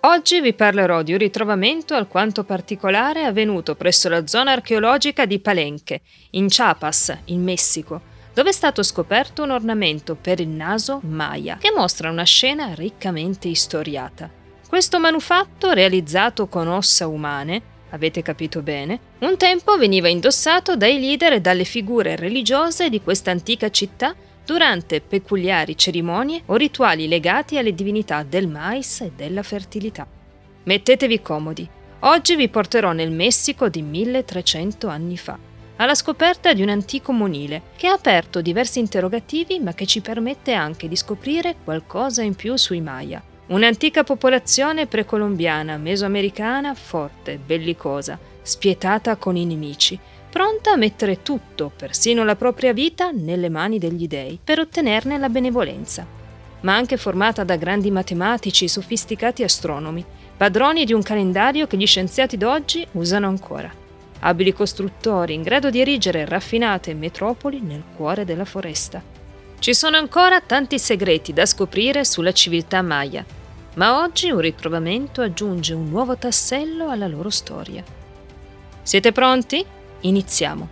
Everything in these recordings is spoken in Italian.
Oggi vi parlerò di un ritrovamento alquanto particolare avvenuto presso la zona archeologica di Palenque, in Chiapas, in Messico, dove è stato scoperto un ornamento per il naso Maya, che mostra una scena riccamente istoriata. Questo manufatto, realizzato con ossa umane, avete capito bene, un tempo veniva indossato dai leader e dalle figure religiose di questa antica città durante peculiari cerimonie o rituali legati alle divinità del mais e della fertilità. Mettetevi comodi. Oggi vi porterò nel Messico di 1300 anni fa, alla scoperta di un antico monile che ha aperto diversi interrogativi ma che ci permette anche di scoprire qualcosa in più sui Maya. Un'antica popolazione precolombiana mesoamericana forte, bellicosa, spietata con i nemici, pronta a mettere tutto, persino la propria vita, nelle mani degli dei per ottenerne la benevolenza, ma anche formata da grandi matematici e sofisticati astronomi, padroni di un calendario che gli scienziati d'oggi usano ancora, abili costruttori in grado di erigere raffinate metropoli nel cuore della foresta. Ci sono ancora tanti segreti da scoprire sulla civiltà Maya, ma oggi un ritrovamento aggiunge un nuovo tassello alla loro storia. Siete pronti? Iniziamo.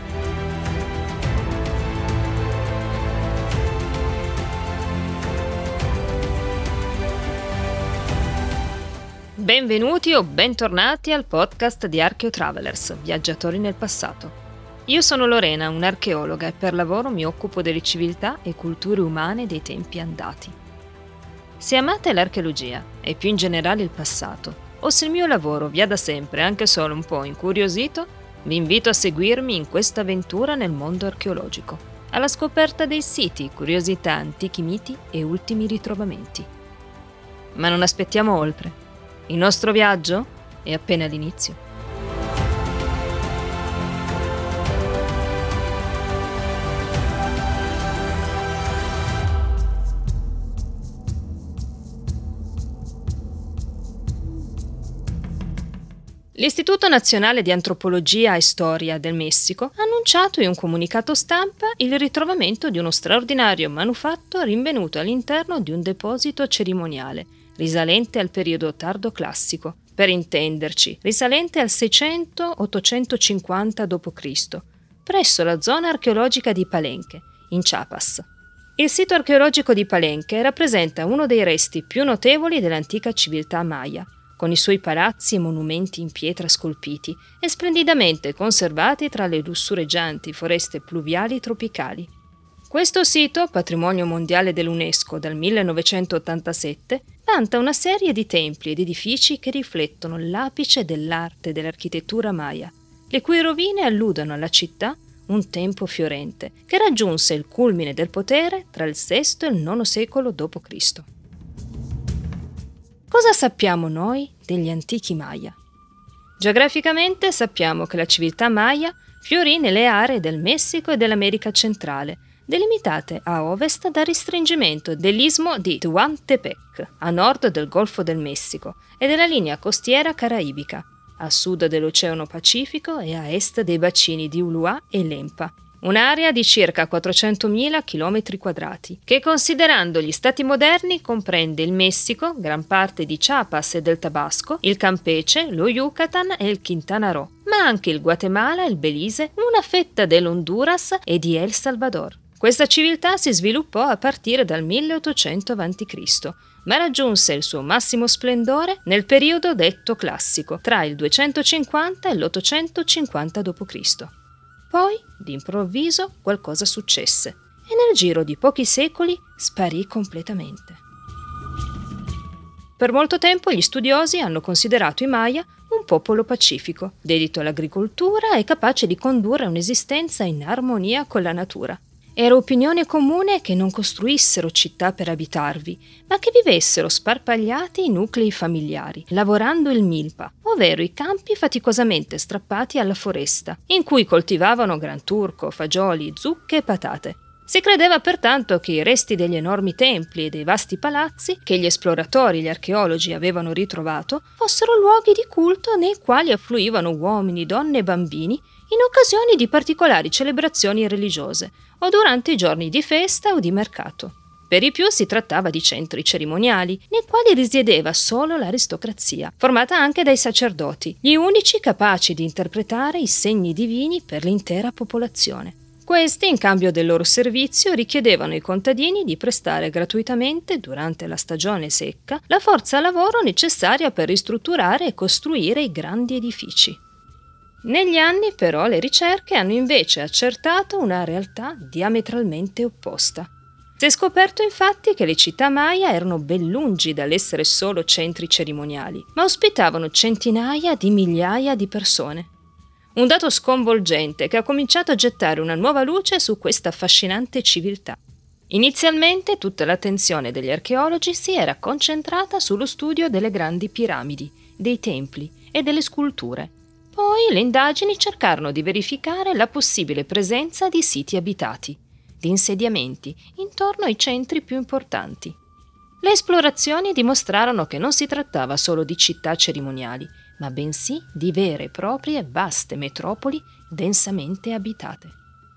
Benvenuti o bentornati al podcast di Archeotravelers, viaggiatori nel passato. Io sono Lorena, un'archeologa e per lavoro mi occupo delle civiltà e culture umane dei tempi andati. Se amate l'archeologia e più in generale il passato, o se il mio lavoro vi ha da sempre anche solo un po' incuriosito, vi invito a seguirmi in questa avventura nel mondo archeologico, alla scoperta dei siti, curiosità, antichi miti e ultimi ritrovamenti. Ma non aspettiamo oltre. Il nostro viaggio è appena all'inizio. L'Istituto Nazionale di Antropologia e Storia del Messico ha annunciato in un comunicato stampa il ritrovamento di uno straordinario manufatto rinvenuto all'interno di un deposito cerimoniale, risalente al periodo tardo classico, per intenderci, risalente al 600-850 d.C., presso la zona archeologica di Palenque, in Chiapas. Il sito archeologico di Palenque rappresenta uno dei resti più notevoli dell'antica civiltà Maya, con i suoi palazzi e monumenti in pietra scolpiti e splendidamente conservati tra le lussureggianti foreste pluviali tropicali. Questo sito, patrimonio mondiale dell'UNESCO dal 1987, vanta una serie di templi ed edifici che riflettono l'apice dell'arte e dell'architettura Maya, le cui rovine alludono alla città un tempo fiorente, che raggiunse il culmine del potere tra il VI e il IX secolo d.C. Cosa sappiamo noi degli antichi Maya? Geograficamente sappiamo che la civiltà Maya fiorì nelle aree del Messico e dell'America centrale, delimitate a ovest dal restringimento dell'istmo di Tehuantepec, a nord del Golfo del Messico e della linea costiera caraibica, a sud dell'Oceano Pacifico e a est dei bacini di Ulúa e Lempa. Un'area di circa 400.000 km², che considerando gli stati moderni comprende il Messico, gran parte di Chiapas e del Tabasco, il Campeche, lo Yucatan e il Quintana Roo, ma anche il Guatemala, il Belize, una fetta dell'Honduras e di El Salvador. Questa civiltà si sviluppò a partire dal 1800 a.C., ma raggiunse il suo massimo splendore nel periodo detto classico, tra il 250 e l'850 d.C. Poi, d'improvviso, qualcosa successe e nel giro di pochi secoli sparì completamente. Per molto tempo gli studiosi hanno considerato i Maya un popolo pacifico, dedito all'agricoltura e capace di condurre un'esistenza in armonia con la natura. Era opinione comune che non costruissero città per abitarvi, ma che vivessero sparpagliati in nuclei familiari, lavorando il milpa, ovvero i campi faticosamente strappati alla foresta, in cui coltivavano gran turco, fagioli, zucche e patate. Si credeva pertanto che i resti degli enormi templi e dei vasti palazzi che gli esploratori e gli archeologi avevano ritrovato fossero luoghi di culto nei quali affluivano uomini, donne e bambini in occasioni di particolari celebrazioni religiose o durante i giorni di festa o di mercato. Per i più si trattava di centri cerimoniali, nei quali risiedeva solo l'aristocrazia, formata anche dai sacerdoti, gli unici capaci di interpretare i segni divini per l'intera popolazione. Questi, in cambio del loro servizio, richiedevano ai contadini di prestare gratuitamente, durante la stagione secca, la forza lavoro necessaria per ristrutturare e costruire i grandi edifici. Negli anni, però, le ricerche hanno invece accertato una realtà diametralmente opposta. Si è scoperto infatti che le città Maya erano ben lungi dall'essere solo centri cerimoniali, ma ospitavano centinaia di migliaia di persone. Un dato sconvolgente che ha cominciato a gettare una nuova luce su questa affascinante civiltà. Inizialmente tutta l'attenzione degli archeologi si era concentrata sullo studio delle grandi piramidi, dei templi e delle sculture. Poi le indagini cercarono di verificare la possibile presenza di siti abitati, di insediamenti intorno ai centri più importanti. Le esplorazioni dimostrarono che non si trattava solo di città cerimoniali, ma bensì di vere e proprie vaste metropoli densamente abitate.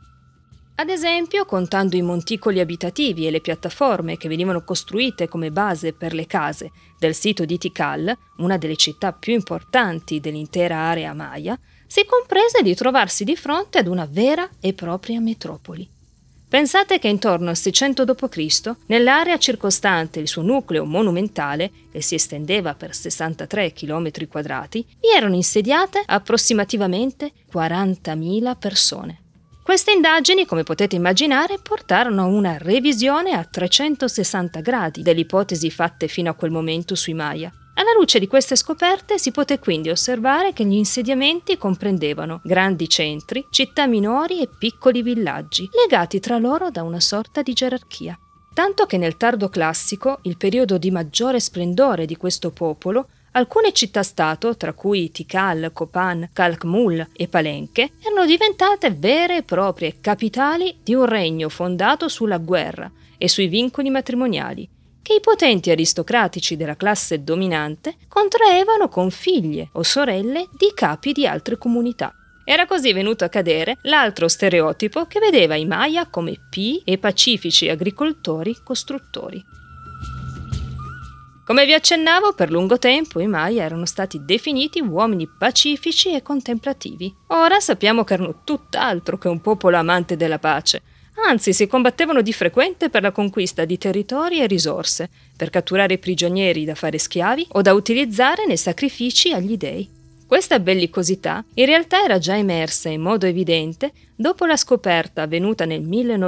Ad esempio, contando i monticoli abitativi e le piattaforme che venivano costruite come base per le case del sito di Tikal, una delle città più importanti dell'intera area Maya, si comprese di trovarsi di fronte ad una vera e propria metropoli. Pensate che intorno al 600 d.C., nell'area circostante il suo nucleo monumentale, che si estendeva per 63 km², vi erano insediate approssimativamente 40.000 persone. Queste indagini, come potete immaginare, portarono a una revisione a 360 gradi delle ipotesi fatte fino a quel momento sui Maya. Alla luce di queste scoperte si poté quindi osservare che gli insediamenti comprendevano grandi centri, città minori e piccoli villaggi, legati tra loro da una sorta di gerarchia. Tanto che nel tardo classico, il periodo di maggiore splendore di questo popolo, alcune città-stato, tra cui Tikal, Copan, Calkmul e Palenque, erano diventate vere e proprie capitali di un regno fondato sulla guerra e sui vincoli matrimoniali, che i potenti aristocratici della classe dominante contraevano con figlie o sorelle di capi di altre comunità. Era così venuto a cadere l'altro stereotipo che vedeva i Maya come pii e pacifici agricoltori costruttori. Come vi accennavo, per lungo tempo i Maya erano stati definiti uomini pacifici e contemplativi. Ora sappiamo che erano tutt'altro che un popolo amante della pace. Anzi, si combattevano di frequente per la conquista di territori e risorse, per catturare prigionieri da fare schiavi o da utilizzare nei sacrifici agli dei. Questa bellicosità in realtà era già emersa in modo evidente dopo la scoperta avvenuta nel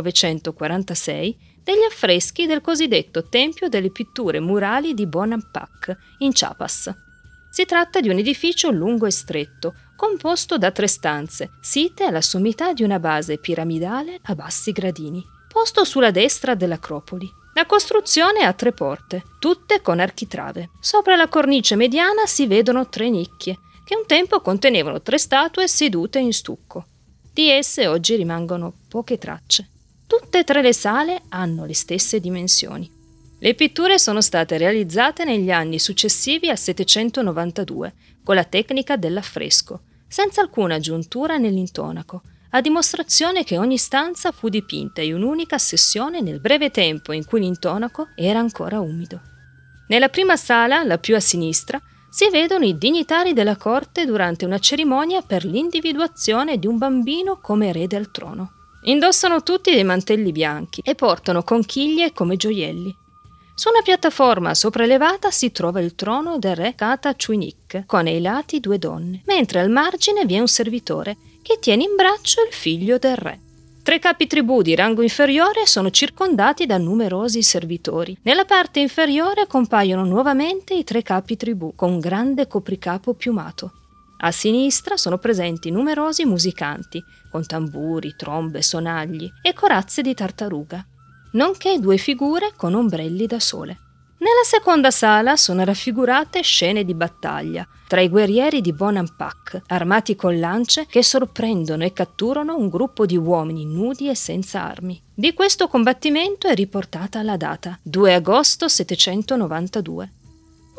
1946 degli affreschi del cosiddetto Tempio delle pitture murali di Bonampak, in Chiapas. Si tratta di un edificio lungo e stretto, composto da 3 stanze, site alla sommità di una base piramidale a bassi gradini, posto sulla destra dell'Acropoli. La costruzione ha 3 porte, tutte con architrave. Sopra la cornice mediana si vedono 3 nicchie, che un tempo contenevano 3 statue sedute in stucco. Di esse oggi rimangono poche tracce. Tutte e 3 le sale hanno le stesse dimensioni. Le pitture sono state realizzate negli anni successivi al 792 con la tecnica dell'affresco, senza alcuna giuntura nell'intonaco, a dimostrazione che ogni stanza fu dipinta in un'unica sessione nel breve tempo in cui l'intonaco era ancora umido. Nella prima sala, la più a sinistra, si vedono i dignitari della corte durante una cerimonia per l'individuazione di un bambino come erede al trono. Indossano tutti dei mantelli bianchi e portano conchiglie come gioielli. Su una piattaforma sopraelevata si trova il trono del re Kata Chuinik, con ai lati 2 donne, mentre al margine vi è un servitore che tiene in braccio il figlio del re. 3 capi tribù di rango inferiore sono circondati da numerosi servitori. Nella parte inferiore compaiono nuovamente i 3 capi tribù, con un grande copricapo piumato. A sinistra sono presenti numerosi musicanti, con tamburi, trombe, sonagli e corazze di tartaruga, nonché 2 figure con ombrelli da sole. Nella seconda sala sono raffigurate scene di battaglia tra i guerrieri di Bonampak, armati con lance che sorprendono e catturano un gruppo di uomini nudi e senza armi. Di questo combattimento è riportata la data, 2 agosto 792.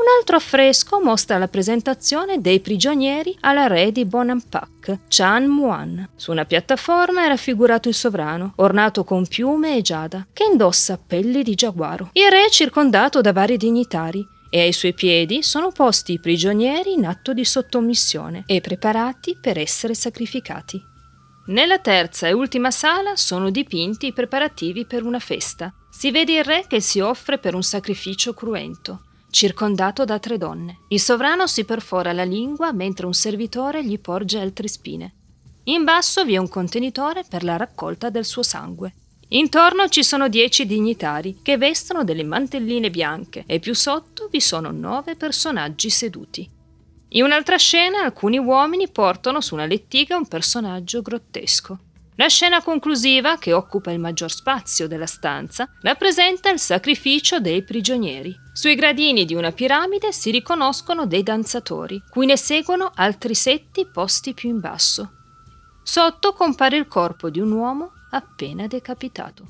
Un altro affresco mostra la presentazione dei prigionieri alla re di Bonampak, Chan Muan. Su una piattaforma è raffigurato il sovrano, ornato con piume e giada, che indossa pelli di giaguaro. Il re è circondato da vari dignitari e ai suoi piedi sono posti i prigionieri in atto di sottomissione e preparati per essere sacrificati. Nella terza e ultima sala sono dipinti i preparativi per una festa. Si vede il re che si offre per un sacrificio cruento, circondato da 3 donne. Il sovrano si perfora la lingua mentre un servitore gli porge altre spine. In basso vi è un contenitore per la raccolta del suo sangue. Intorno ci sono 10 dignitari che vestono delle mantelline bianche e più sotto vi sono 9 personaggi seduti. In un'altra scena alcuni uomini portano su una lettiga un personaggio grottesco. La scena conclusiva, che occupa il maggior spazio della stanza, rappresenta il sacrificio dei prigionieri. Sui gradini di una piramide si riconoscono dei danzatori, cui ne seguono altri 7 posti più in basso. Sotto compare il corpo di un uomo appena decapitato.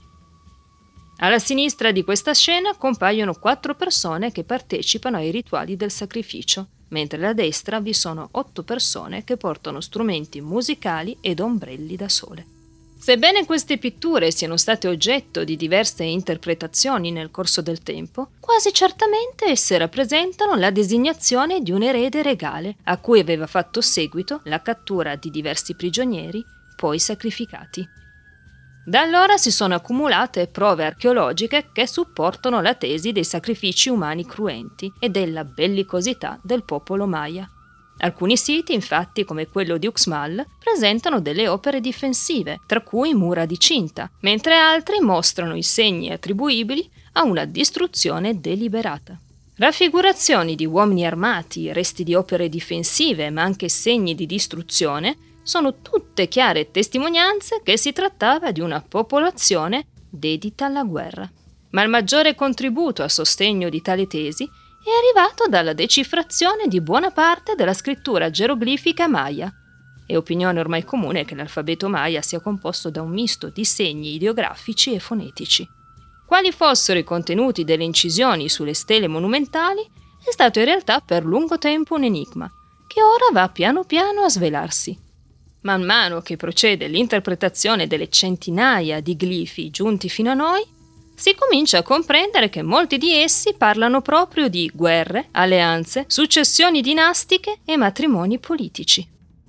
Alla sinistra di questa scena compaiono 4 persone che partecipano ai rituali del sacrificio, mentre alla destra vi sono 8 persone che portano strumenti musicali ed ombrelli da sole. Sebbene queste pitture siano state oggetto di diverse interpretazioni nel corso del tempo, quasi certamente esse rappresentano la designazione di un erede regale a cui aveva fatto seguito la cattura di diversi prigionieri, poi sacrificati. Da allora si sono accumulate prove archeologiche che supportano la tesi dei sacrifici umani cruenti e della bellicosità del popolo Maya. Alcuni siti, infatti, come quello di Uxmal, presentano delle opere difensive, tra cui mura di cinta, mentre altri mostrano i segni attribuibili a una distruzione deliberata. Raffigurazioni di uomini armati, resti di opere difensive, ma anche segni di distruzione, sono tutte chiare testimonianze che si trattava di una popolazione dedita alla guerra. Ma il maggiore contributo a sostegno di tale tesi è arrivato dalla decifrazione di buona parte della scrittura geroglifica maya. È opinione ormai comune che l'alfabeto maya sia composto da un misto di segni ideografici e fonetici. Quali fossero i contenuti delle incisioni sulle stele monumentali è stato in realtà per lungo tempo un enigma, che ora va piano piano a svelarsi. Man mano che procede l'interpretazione delle centinaia di glifi giunti fino a noi, si comincia a comprendere che molti di essi parlano proprio di guerre, alleanze, successioni dinastiche e matrimoni politici.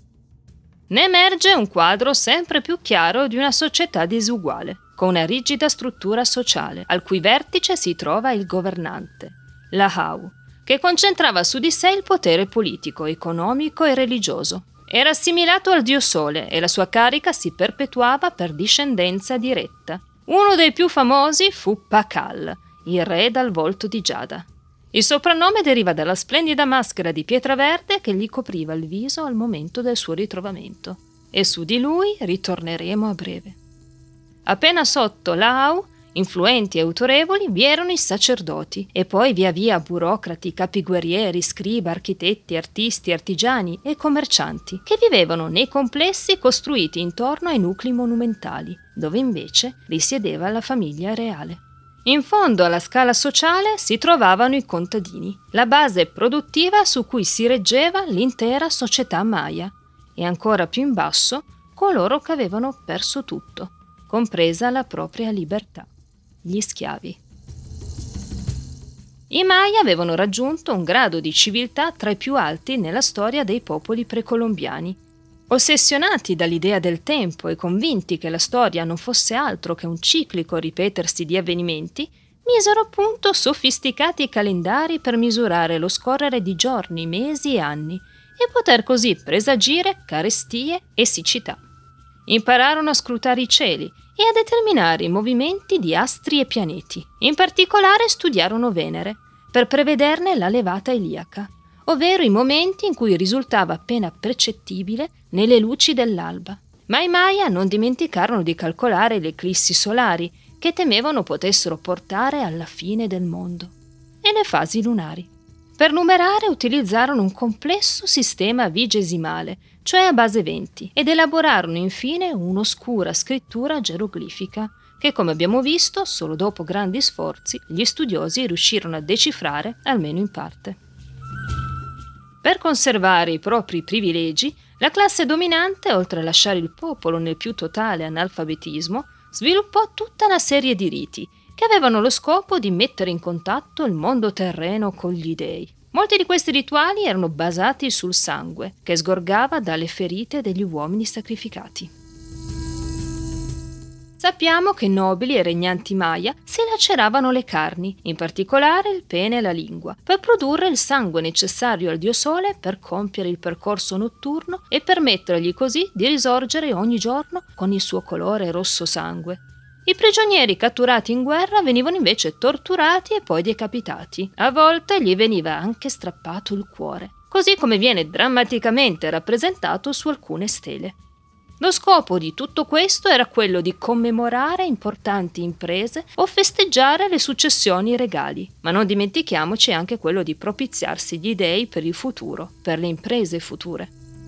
Ne emerge un quadro sempre più chiaro di una società disuguale, con una rigida struttura sociale, al cui vertice si trova il governante, l'Ahau, che concentrava su di sé il potere politico, economico e religioso. Era assimilato al dio Sole e la sua carica si perpetuava per discendenza diretta. Uno dei più famosi fu Pakal, il re dal volto di giada. Il soprannome deriva dalla splendida maschera di pietra verde che gli copriva il viso al momento del suo ritrovamento. E su di lui ritorneremo a breve. Appena sotto l'Ahau, influenti e autorevoli, vi erano i sacerdoti e poi via via burocrati, capiguerrieri, scriba, architetti, artisti, artigiani e commercianti che vivevano nei complessi costruiti intorno ai nuclei monumentali, dove invece risiedeva la famiglia reale. In fondo alla scala sociale si trovavano i contadini, la base produttiva su cui si reggeva l'intera società maya, e ancora più in basso coloro che avevano perso tutto, compresa la propria libertà. Gli schiavi. I Maya avevano raggiunto un grado di civiltà tra i più alti nella storia dei popoli precolombiani. Ossessionati dall'idea del tempo e convinti che la storia non fosse altro che un ciclico ripetersi di avvenimenti, misero a punto sofisticati calendari per misurare lo scorrere di giorni, mesi e anni e poter così presagire carestie e siccità. Impararono a scrutare i cieli e a determinare i movimenti di astri e pianeti. In particolare studiarono Venere per prevederne la levata iliaca, ovvero i momenti in cui risultava appena percettibile nelle luci dell'alba. Ma i Maya non dimenticarono di calcolare le eclissi solari che temevano potessero portare alla fine del mondo, e le fasi lunari. Per numerare utilizzarono un complesso sistema vigesimale, cioè a base 20, ed elaborarono infine un'oscura scrittura geroglifica che, come abbiamo visto, solo dopo grandi sforzi gli studiosi riuscirono a decifrare almeno in parte. Per conservare i propri privilegi, la classe dominante, oltre a lasciare il popolo nel più totale analfabetismo, sviluppò tutta una serie di riti che avevano lo scopo di mettere in contatto il mondo terreno con gli dei. Molti di questi rituali erano basati sul sangue che sgorgava dalle ferite degli uomini sacrificati. Sappiamo che nobili e regnanti Maya si laceravano le carni, in particolare il pene e la lingua, per produrre il sangue necessario al dio Sole per compiere il percorso notturno e permettergli così di risorgere ogni giorno con il suo colore rosso sangue. I prigionieri catturati in guerra venivano invece torturati e poi decapitati. A volte gli veniva anche strappato il cuore, così come viene drammaticamente rappresentato su alcune stele. Lo scopo di tutto questo era quello di commemorare importanti imprese o festeggiare le successioni regali, ma non dimentichiamoci anche quello di propiziarsi gli dei per il futuro, per le imprese future.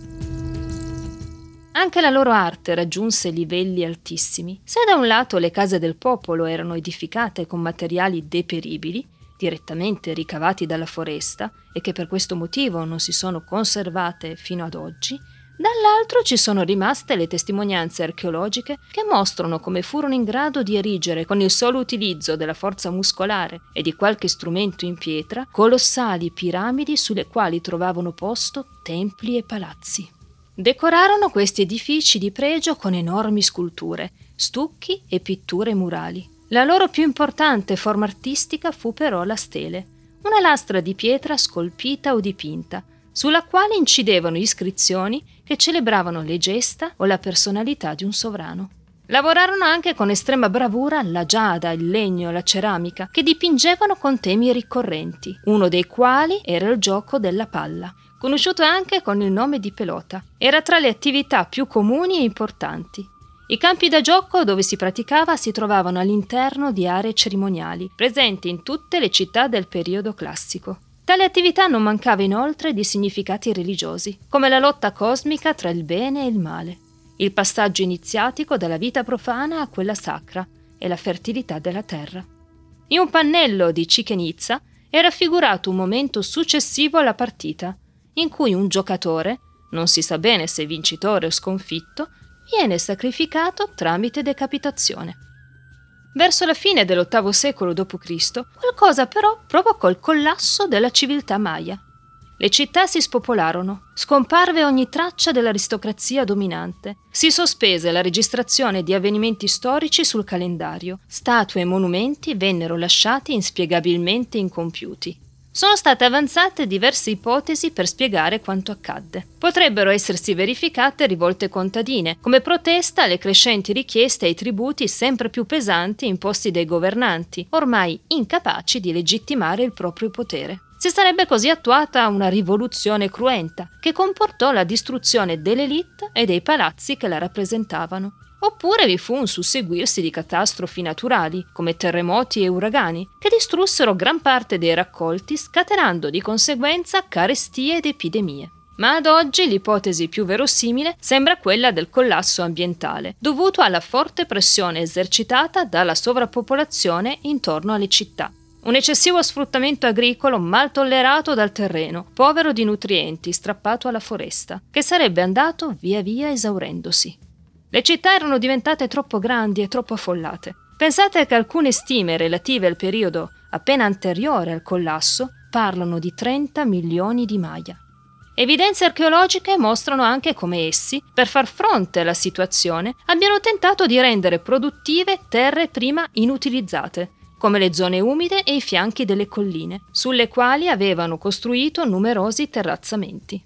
Anche la loro arte raggiunse livelli altissimi. Se da un lato le case del popolo erano edificate con materiali deperibili, direttamente ricavati dalla foresta e che per questo motivo non si sono conservate fino ad oggi, dall'altro ci sono rimaste le testimonianze archeologiche che mostrano come furono in grado di erigere con il solo utilizzo della forza muscolare e di qualche strumento in pietra colossali piramidi sulle quali trovavano posto templi e palazzi. Decorarono questi edifici di pregio con enormi sculture, stucchi e pitture murali. La loro più importante forma artistica fu però la stele, una lastra di pietra scolpita o dipinta, sulla quale incidevano iscrizioni che celebravano le gesta o la personalità di un sovrano. Lavorarono anche con estrema bravura la giada, il legno, la ceramica, che dipingevano con temi ricorrenti, uno dei quali era il gioco della palla, conosciuto anche con il nome di pelota. Era tra le attività più comuni e importanti. I campi da gioco dove si praticava si trovavano all'interno di aree cerimoniali, presenti in tutte le città del periodo classico. Tale attività non mancava inoltre di significati religiosi, come la lotta cosmica tra il bene e il male, il passaggio iniziatico dalla vita profana a quella sacra e la fertilità della terra. In un pannello di Chichen Itza è raffigurato un momento successivo alla partita, in cui un giocatore, non si sa bene se vincitore o sconfitto, viene sacrificato tramite decapitazione. Verso la fine dell'VIII secolo d.C., qualcosa però provocò il collasso della civiltà Maya. Le città si spopolarono, scomparve ogni traccia dell'aristocrazia dominante, si sospese la registrazione di avvenimenti storici sul calendario, statue e monumenti vennero lasciati inspiegabilmente incompiuti. Sono state avanzate diverse ipotesi per spiegare quanto accadde. Potrebbero essersi verificate rivolte contadine, come protesta alle crescenti richieste ai tributi sempre più pesanti imposti dai governanti, ormai incapaci di legittimare il proprio potere. Si sarebbe così attuata una rivoluzione cruenta, che comportò la distruzione dell'élite e dei palazzi che la rappresentavano. Oppure vi fu un susseguirsi di catastrofi naturali, come terremoti e uragani, che distrussero gran parte dei raccolti, scatenando di conseguenza carestie ed epidemie. Ma ad oggi l'ipotesi più verosimile sembra quella del collasso ambientale, dovuto alla forte pressione esercitata dalla sovrappopolazione intorno alle città. Un eccessivo sfruttamento agricolo mal tollerato dal terreno, povero di nutrienti, strappato alla foresta, che sarebbe andato via via esaurendosi. Le città erano diventate troppo grandi e troppo affollate. Pensate che alcune stime relative al periodo appena anteriore al collasso parlano di 30 milioni di Maya. Evidenze archeologiche mostrano anche come essi, per far fronte alla situazione, abbiano tentato di rendere produttive terre prima inutilizzate, come le zone umide e i fianchi delle colline, sulle quali avevano costruito numerosi terrazzamenti.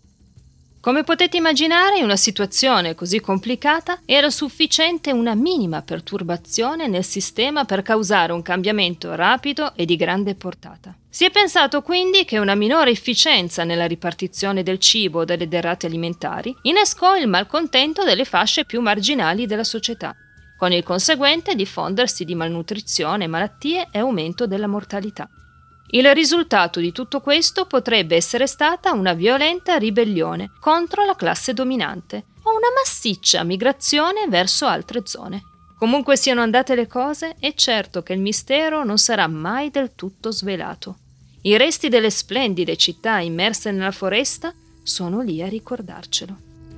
Come potete immaginare, in una situazione così complicata era sufficiente una minima perturbazione nel sistema per causare un cambiamento rapido e di grande portata. Si è pensato quindi che una minore efficienza nella ripartizione del cibo o delle derrate alimentari innescò il malcontento delle fasce più marginali della società, con il conseguente diffondersi di malnutrizione, malattie e aumento della mortalità. Il risultato di tutto questo potrebbe essere stata una violenta ribellione contro la classe dominante o una massiccia migrazione verso altre zone. Comunque siano andate le cose, è certo che il mistero non sarà mai del tutto svelato. I resti delle splendide città immerse nella foresta sono lì a ricordarcelo.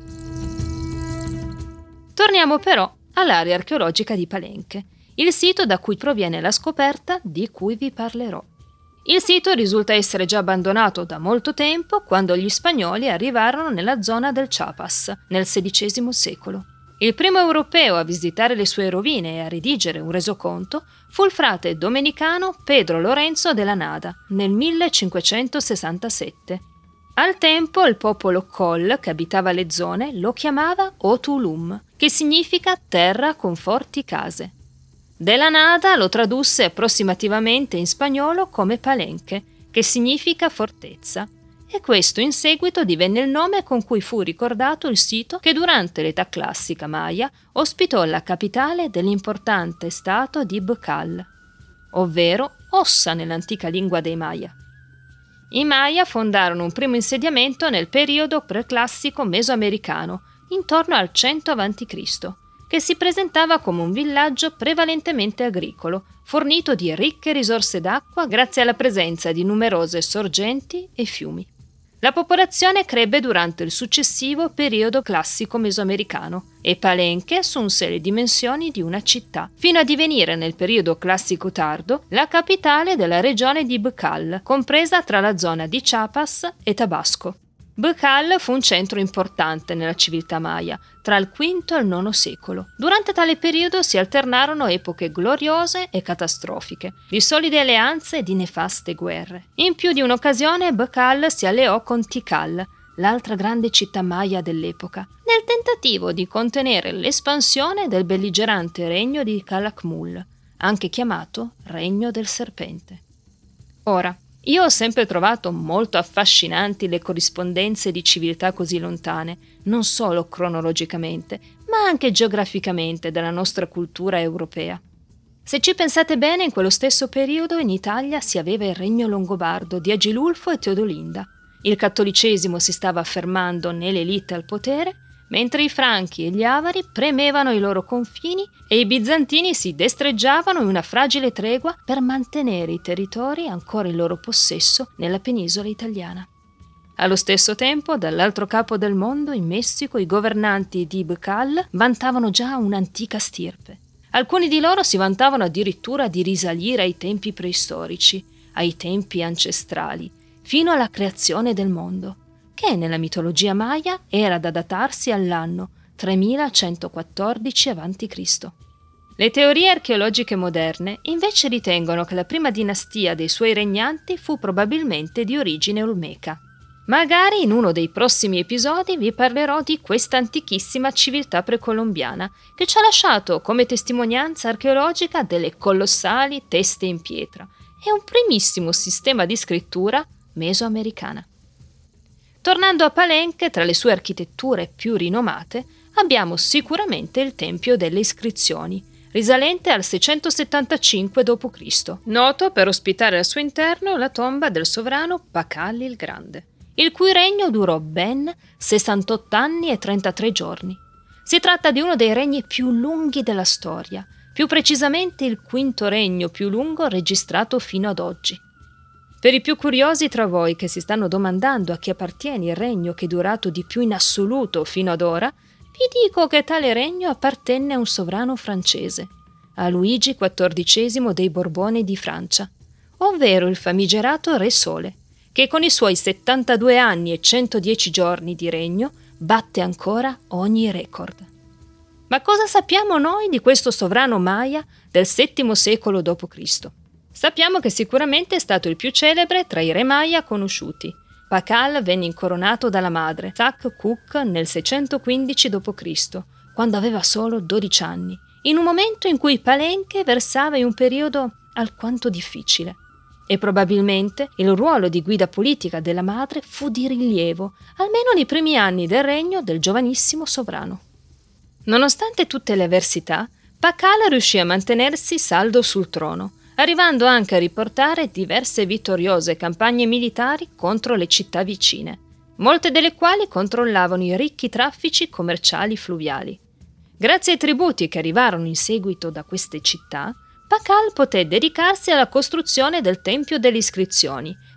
Torniamo però all'area archeologica di Palenque, il sito da cui proviene la scoperta di cui vi parlerò. Il sito risulta essere già abbandonato da molto tempo quando gli spagnoli arrivarono nella zona del Chiapas, nel XVI secolo. Il primo europeo a visitare le sue rovine e a redigere un resoconto fu il frate domenicano Pedro Lorenzo de la Nada, nel 1567. Al tempo il popolo Col che abitava le zone lo chiamava Otulum, che significa terra con forti case. De la Nada lo tradusse approssimativamente in spagnolo come Palenque, che significa fortezza, e questo in seguito divenne il nome con cui fu ricordato il sito che durante l'età classica maya ospitò la capitale dell'importante stato di Bcal, ovvero Ossa nell'antica lingua dei Maya. I Maya fondarono un primo insediamento nel periodo preclassico mesoamericano, intorno al 100 a.C., che si presentava come un villaggio prevalentemente agricolo, fornito di ricche risorse d'acqua grazie alla presenza di numerose sorgenti e fiumi. La popolazione crebbe durante il successivo periodo classico mesoamericano e Palenque assunse le dimensioni di una città, fino a divenire nel periodo classico tardo la capitale della regione di Bcal, compresa tra la zona di Chiapas e Tabasco. Bcal fu un centro importante nella civiltà maya, tra il V e il IX secolo. Durante tale periodo si alternarono epoche gloriose e catastrofiche, di solide alleanze e di nefaste guerre. In più di un'occasione Bcal si alleò con Tikal, l'altra grande città maya dell'epoca, nel tentativo di contenere l'espansione del belligerante regno di Calakmul, anche chiamato Regno del Serpente. Ora, io ho sempre trovato molto affascinanti le corrispondenze di civiltà così lontane, non solo cronologicamente, ma anche geograficamente dalla nostra cultura europea. Se ci pensate bene, in quello stesso periodo in Italia si aveva il regno longobardo di Agilulfo e Teodolinda. Il cattolicesimo si stava affermando nell'elite al potere, mentre i Franchi e gli Avari premevano i loro confini e i bizantini si destreggiavano in una fragile tregua per mantenere i territori ancora in loro possesso nella penisola italiana. Allo stesso tempo, dall'altro capo del mondo, in Messico, i governanti di Bcal vantavano già un'antica stirpe. Alcuni di loro si vantavano addirittura di risalire ai tempi preistorici, ai tempi ancestrali, fino alla creazione del mondo, che nella mitologia maya era da datarsi all'anno 3114 a.C. Le teorie archeologiche moderne invece ritengono che la prima dinastia dei suoi regnanti fu probabilmente di origine olmeca. Magari in uno dei prossimi episodi vi parlerò di questa antichissima civiltà precolombiana che ci ha lasciato come testimonianza archeologica delle colossali teste in pietra e un primissimo sistema di scrittura mesoamericana. Tornando a Palenque, tra le sue architetture più rinomate, abbiamo sicuramente il Tempio delle Iscrizioni, risalente al 675 d.C., noto per ospitare al suo interno la tomba del sovrano Pacal il Grande, il cui regno durò ben 68 anni e 33 giorni. Si tratta di uno dei regni più lunghi della storia, più precisamente il quinto regno più lungo registrato fino ad oggi. Per i più curiosi tra voi che si stanno domandando a chi appartiene il regno che è durato di più in assoluto fino ad ora, vi dico che tale regno appartenne a un sovrano francese, a Luigi XIV dei Borboni di Francia, ovvero il famigerato Re Sole, che con i suoi 72 anni e 110 giorni di regno batte ancora ogni record. Ma cosa sappiamo noi di questo sovrano maya del VII secolo d.C.? Sappiamo che sicuramente è stato il più celebre tra i re maya conosciuti. Pacal venne incoronato dalla madre, Tzac-Couk, nel 615 d.C., quando aveva solo 12 anni, in un momento in cui Palenque versava in un periodo alquanto difficile. E probabilmente il ruolo di guida politica della madre fu di rilievo, almeno nei primi anni del regno del giovanissimo sovrano. Nonostante tutte le avversità, Pacal riuscì a mantenersi saldo sul trono, arrivando anche a riportare diverse vittoriose campagne militari contro le città vicine, molte delle quali controllavano i ricchi traffici commerciali fluviali. Grazie ai tributi che arrivarono in seguito da queste città, Pacal poté dedicarsi alla costruzione del Tempio delle Iscrizioni,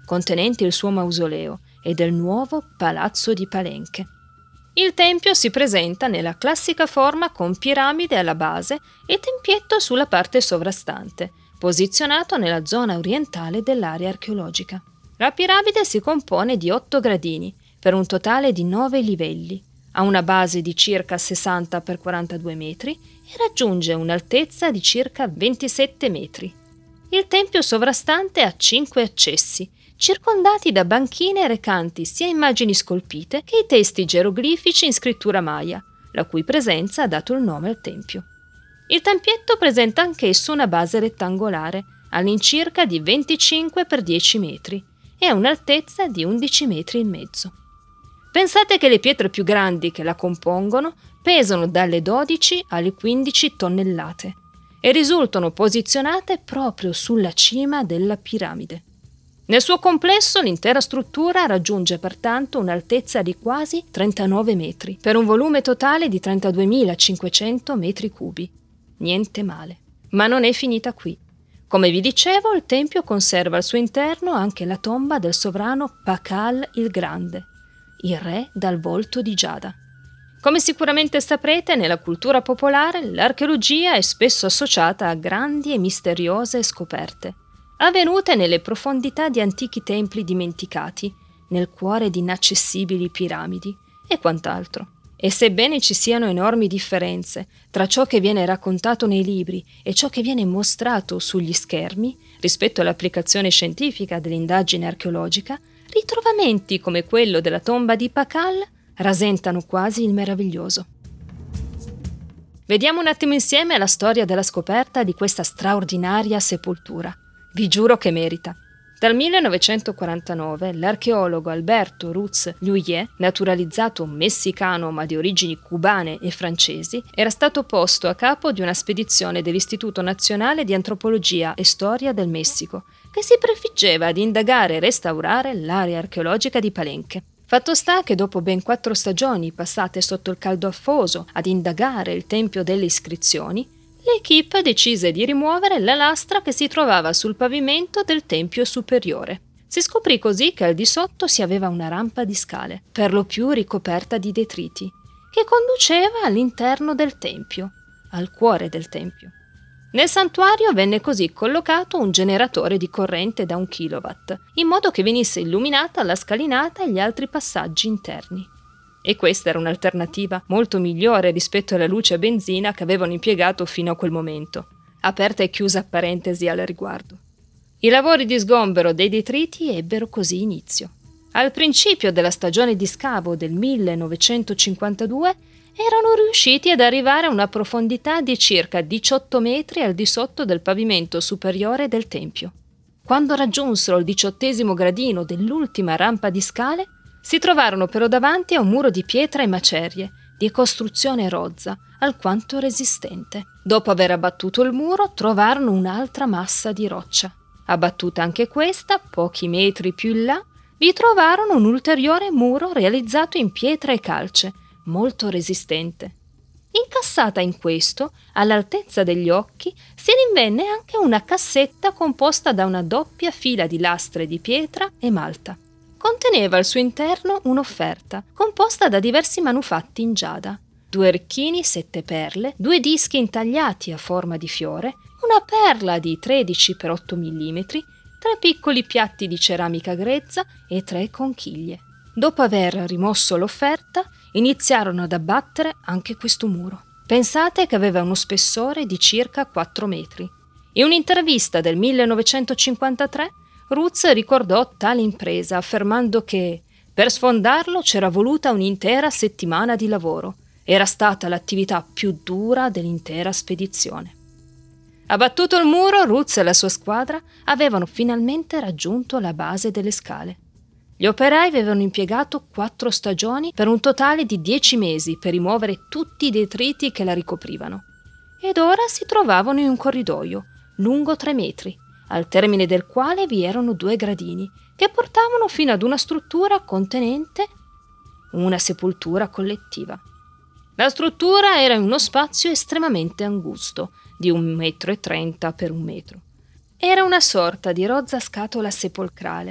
contenenti il suo mausoleo, e del nuovo Palazzo di Palenque. Il tempio si presenta nella classica forma con piramide alla base e tempietto sulla parte sovrastante, posizionato nella zona orientale dell'area archeologica. La piramide si compone di 8 gradini, per un totale di 9 livelli, ha una base di circa 60 x 42 metri e raggiunge un'altezza di circa 27 metri. Il tempio sovrastante ha 5 accessi, circondati da banchine recanti sia immagini scolpite che i testi geroglifici in scrittura maya, la cui presenza ha dato il nome al tempio. Il tempietto presenta anch'esso una base rettangolare, all'incirca di 25 x 10 metri, e ha un'altezza di 11 metri e mezzo. Pensate che le pietre più grandi che la compongono pesano dalle 12 alle 15 tonnellate e risultano posizionate proprio sulla cima della piramide. Nel suo complesso l'intera struttura raggiunge pertanto un'altezza di quasi 39 metri, per un volume totale di 32.500 metri cubi. Niente male. Ma non è finita qui. Come vi dicevo, il tempio conserva al suo interno anche la tomba del sovrano Pakal il Grande, il re dal volto di giada. Come sicuramente saprete, nella cultura popolare l'archeologia è spesso associata a grandi e misteriose scoperte, avvenute nelle profondità di antichi templi dimenticati, nel cuore di inaccessibili piramidi e quant'altro. E sebbene ci siano enormi differenze tra ciò che viene raccontato nei libri e ciò che viene mostrato sugli schermi rispetto all'applicazione scientifica dell'indagine archeologica, ritrovamenti come quello della tomba di Pakal rasentano quasi il meraviglioso. Vediamo un attimo insieme la storia della scoperta di questa straordinaria sepoltura. Vi giuro che merita. Dal 1949 l'archeologo Alberto Ruz Lhuillier, naturalizzato messicano ma di origini cubane e francesi, era stato posto a capo di una spedizione dell'Istituto Nazionale di Antropologia e Storia del Messico, che si prefiggeva ad indagare e restaurare l'area archeologica di Palenque. Fatto sta che dopo ben 4 stagioni passate sotto il caldo afoso ad indagare il tempio delle iscrizioni, l'equipe decise di rimuovere la lastra che si trovava sul pavimento del tempio superiore. Si scoprì così che al di sotto si aveva una rampa di scale, per lo più ricoperta di detriti, che conduceva all'interno del tempio, al cuore del tempio. Nel santuario venne così collocato un generatore di corrente da 1 kilowatt, in modo che venisse illuminata la scalinata e gli altri passaggi interni. E questa era un'alternativa molto migliore rispetto alla luce a benzina che avevano impiegato fino a quel momento. Aperta e chiusa parentesi al riguardo. I lavori di sgombero dei detriti ebbero così inizio. Al principio della stagione di scavo del 1952 erano riusciti ad arrivare a una profondità di circa 18 metri al di sotto del pavimento superiore del tempio. Quando raggiunsero il 18° gradino dell'ultima rampa di scale, si trovarono però davanti a un muro di pietra e macerie, di costruzione rozza, alquanto resistente. Dopo aver abbattuto il muro, trovarono un'altra massa di roccia. Abbattuta anche questa, pochi metri più in là, vi trovarono un ulteriore muro realizzato in pietra e calce, molto resistente. Incassata in questo, all'altezza degli occhi, si rinvenne anche una cassetta composta da una doppia fila di lastre di pietra e malta. Conteneva al suo interno un'offerta, composta da diversi manufatti in giada, 2 orecchini, 7 perle, 2 dischi intagliati a forma di fiore, una perla di 13 x 8 mm, 3 piccoli piatti di ceramica grezza e 3 conchiglie. Dopo aver rimosso l'offerta, iniziarono ad abbattere anche questo muro. Pensate che aveva uno spessore di circa 4 metri. In un'intervista del 1953, Ruz ricordò tale impresa affermando che per sfondarlo c'era voluta un'intera settimana di lavoro. Era stata l'attività più dura dell'intera spedizione. Abbattuto il muro, Ruz e la sua squadra avevano finalmente raggiunto la base delle scale. Gli operai avevano impiegato 4 stagioni per un totale di 10 mesi per rimuovere tutti i detriti che la ricoprivano. Ed ora si trovavano in un corridoio, lungo 3 metri, al termine del quale vi erano 2 gradini che portavano fino ad una struttura contenente una sepoltura collettiva. La struttura era in uno spazio estremamente angusto, di 1,30 m per 1 metro. Era una sorta di rozza scatola sepolcrale,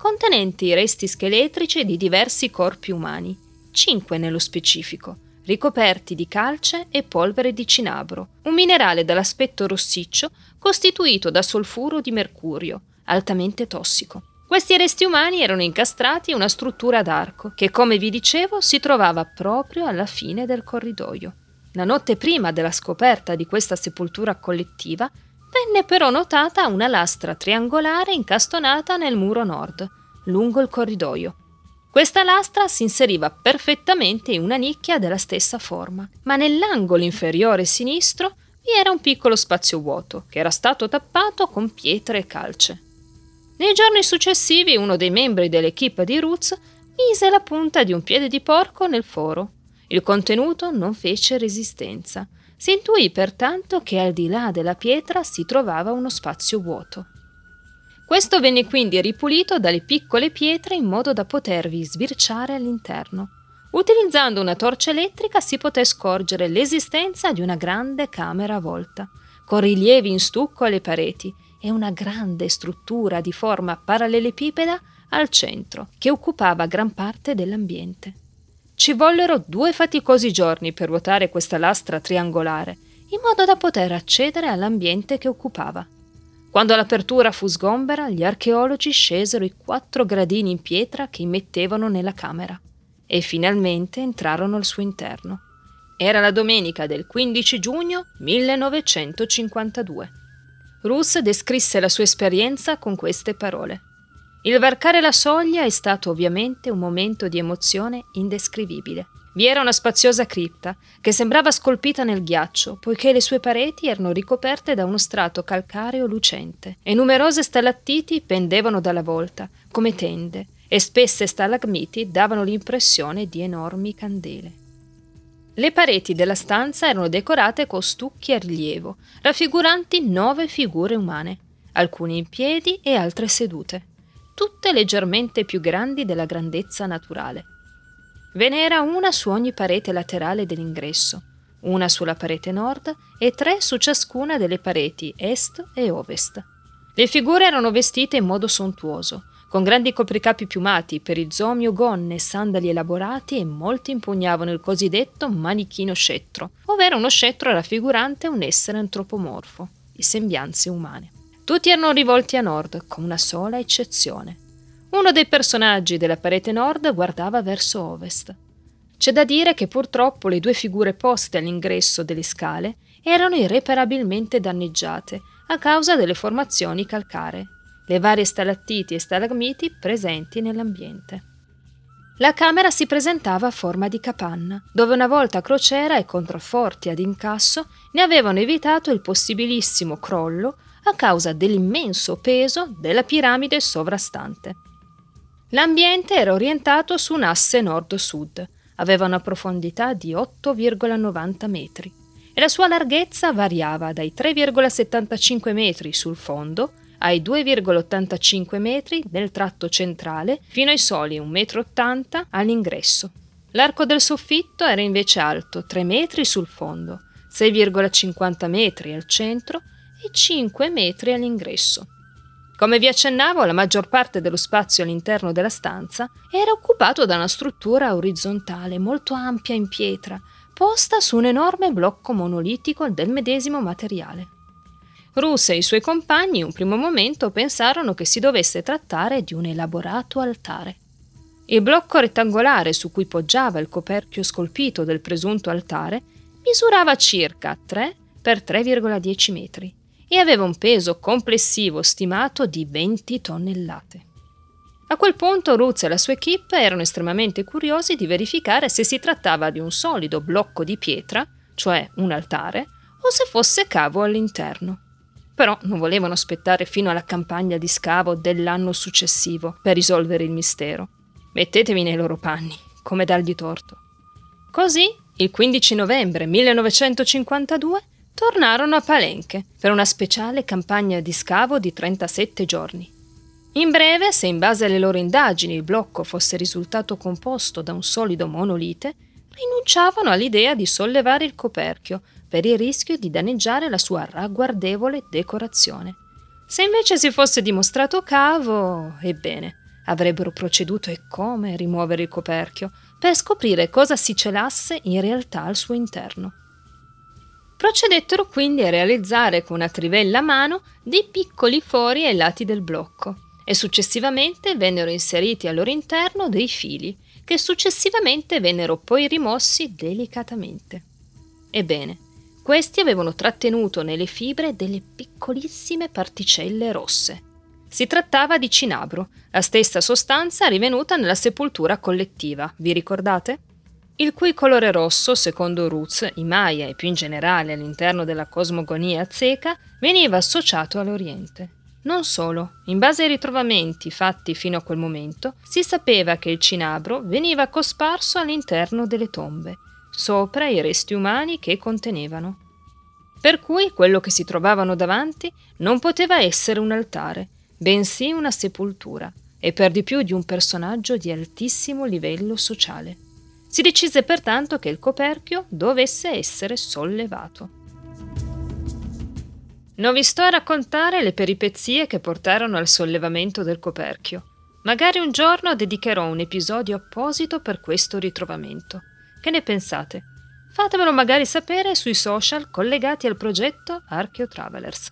contenenti i resti scheletrici di diversi corpi umani, 5 nello specifico, ricoperti di calce e polvere di cinabro, un minerale dall'aspetto rossiccio costituito da solfuro di mercurio, altamente tossico. Questi resti umani erano incastrati in una struttura ad arco che, come vi dicevo, si trovava proprio alla fine del corridoio. La notte prima della scoperta di questa sepoltura collettiva venne però notata una lastra triangolare incastonata nel muro nord, lungo il corridoio. Questa lastra si inseriva perfettamente in una nicchia della stessa forma, ma nell'angolo inferiore sinistro vi era un piccolo spazio vuoto che era stato tappato con pietre e calce. Nei giorni successivi uno dei membri dell'equipe di Roots mise la punta di un piede di porco nel foro. Il contenuto non fece resistenza. Si intuì pertanto che al di là della pietra si trovava uno spazio vuoto. Questo venne quindi ripulito dalle piccole pietre in modo da potervi sbirciare all'interno. Utilizzando una torcia elettrica si poté scorgere l'esistenza di una grande camera a volta, con rilievi in stucco alle pareti e una grande struttura di forma parallelepipeda al centro, che occupava gran parte dell'ambiente. Ci vollero 2 faticosi giorni per ruotare questa lastra triangolare, in modo da poter accedere all'ambiente che occupava. Quando l'apertura fu sgombera, gli archeologi scesero i 4 gradini in pietra che immettevano nella camera e finalmente entrarono al suo interno. Era la domenica del 15 giugno 1952. Roos descrisse la sua esperienza con queste parole. Il varcare la soglia è stato ovviamente un momento di emozione indescrivibile. Vi era una spaziosa cripta che sembrava scolpita nel ghiaccio, poiché le sue pareti erano ricoperte da uno strato calcareo lucente e numerose stalattiti pendevano dalla volta, come tende, e spesse stalagmiti davano l'impressione di enormi candele. Le pareti della stanza erano decorate con stucchi a rilievo, raffiguranti 9 figure umane, alcune in piedi e altre sedute, tutte leggermente più grandi della grandezza naturale. Ve n'era una su ogni parete laterale dell'ingresso, una sulla parete nord e 3 su ciascuna delle pareti est e ovest. Le figure erano vestite in modo sontuoso, con grandi copricapi piumati, perizomio, gonne, sandali elaborati e molti impugnavano il cosiddetto manichino scettro, ovvero uno scettro raffigurante un essere antropomorfo, di sembianze umane. Tutti erano rivolti a nord, con una sola eccezione. Uno dei personaggi della parete nord guardava verso ovest. C'è da dire che purtroppo le 2 figure poste all'ingresso delle scale erano irreparabilmente danneggiate a causa delle formazioni calcaree, le varie stalattiti e stalagmiti presenti nell'ambiente. La camera si presentava a forma di capanna, dove una volta a crociera e contrafforti ad incasso ne avevano evitato il possibilissimo crollo a causa dell'immenso peso della piramide sovrastante. L'ambiente era orientato su un asse nord-sud, aveva una profondità di 8,90 metri e la sua larghezza variava dai 3,75 metri sul fondo ai 2,85 metri nel tratto centrale fino ai soli 1,80 metri all'ingresso. L'arco del soffitto era invece alto 3 metri sul fondo, 6,50 metri al centro e 5 metri all'ingresso. Come vi accennavo, la maggior parte dello spazio all'interno della stanza era occupato da una struttura orizzontale molto ampia in pietra, posta su un enorme blocco monolitico del medesimo materiale. Roos e i suoi compagni in un primo momento pensarono che si dovesse trattare di un elaborato altare. Il blocco rettangolare su cui poggiava il coperchio scolpito del presunto altare misurava circa 3 per 3,10 metri e aveva un peso complessivo stimato di 20 tonnellate. A quel punto Roos e la sua equipe erano estremamente curiosi di verificare se si trattava di un solido blocco di pietra, cioè un altare, o se fosse cavo all'interno. Però non volevano aspettare fino alla campagna di scavo dell'anno successivo per risolvere il mistero. Mettetevi nei loro panni, come dargli torto. Così, il 15 novembre 1952, tornarono a Palenque per una speciale campagna di scavo di 37 giorni. In breve, se in base alle loro indagini il blocco fosse risultato composto da un solido monolite, rinunciavano all'idea di sollevare il coperchio per il rischio di danneggiare la sua ragguardevole decorazione. Se invece si fosse dimostrato cavo, ebbene, avrebbero proceduto e come a rimuovere il coperchio per scoprire cosa si celasse in realtà al suo interno. Procedettero quindi a realizzare con una trivella a mano dei piccoli fori ai lati del blocco e successivamente vennero inseriti al loro interno dei fili che successivamente vennero poi rimossi delicatamente. Ebbene, questi avevano trattenuto nelle fibre delle piccolissime particelle rosse. Si trattava di cinabro, la stessa sostanza rivenuta nella sepoltura collettiva, vi ricordate? Il cui colore rosso, secondo Ruz, i Maya e più in generale all'interno della cosmogonia azteca, veniva associato all'Oriente. Non solo, in base ai ritrovamenti fatti fino a quel momento, si sapeva che il cinabro veniva cosparso all'interno delle tombe, sopra i resti umani che contenevano. Per cui quello che si trovavano davanti non poteva essere un altare, bensì una sepoltura, e per di più di un personaggio di altissimo livello sociale. Si decise pertanto che il coperchio dovesse essere sollevato. Non vi sto a raccontare le peripezie che portarono al sollevamento del coperchio. Magari un giorno dedicherò un episodio apposito per questo ritrovamento. Che ne pensate? Fatemelo magari sapere sui social collegati al progetto Archaeotravelers.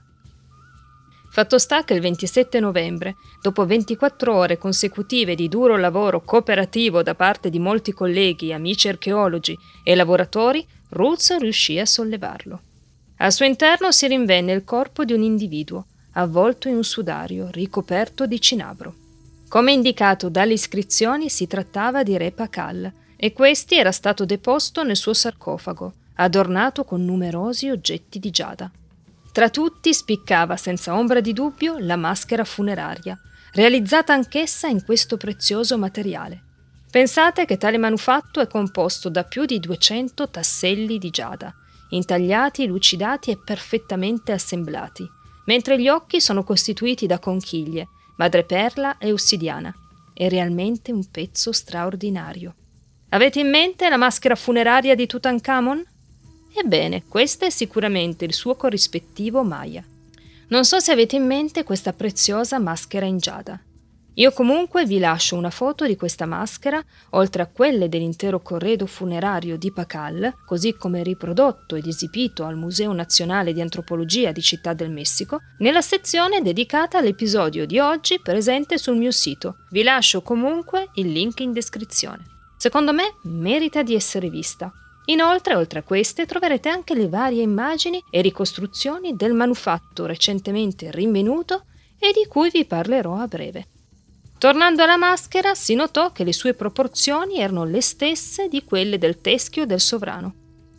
Fatto sta che il 27 novembre, dopo 24 ore consecutive di duro lavoro cooperativo da parte di molti colleghi, amici archeologi e lavoratori, Ruz riuscì a sollevarlo. Al suo interno si rinvenne il corpo di un individuo, avvolto in un sudario ricoperto di cinabro. Come indicato dalle iscrizioni, si trattava di Re Pakal, e questi era stato deposto nel suo sarcofago, adornato con numerosi oggetti di giada. Tra tutti spiccava senza ombra di dubbio la maschera funeraria, realizzata anch'essa in questo prezioso materiale. Pensate che tale manufatto è composto da più di 200 tasselli di giada, intagliati, lucidati e perfettamente assemblati, mentre gli occhi sono costituiti da conchiglie, madreperla e ossidiana. È realmente un pezzo straordinario. Avete in mente la maschera funeraria di Tutankhamon? Ebbene, questo è sicuramente il suo corrispettivo Maya. Non so se avete in mente questa preziosa maschera in giada. Io comunque vi lascio una foto di questa maschera, oltre a quelle dell'intero corredo funerario di Pakal, così come riprodotto ed esibito al Museo Nazionale di Antropologia di Città del Messico, nella sezione dedicata all'episodio di oggi presente sul mio sito. Vi lascio comunque il link in descrizione. Secondo me merita di essere vista. Inoltre, oltre a queste, troverete anche le varie immagini e ricostruzioni del manufatto recentemente rinvenuto e di cui vi parlerò a breve. Tornando alla maschera, si notò che le sue proporzioni erano le stesse di quelle del teschio del sovrano.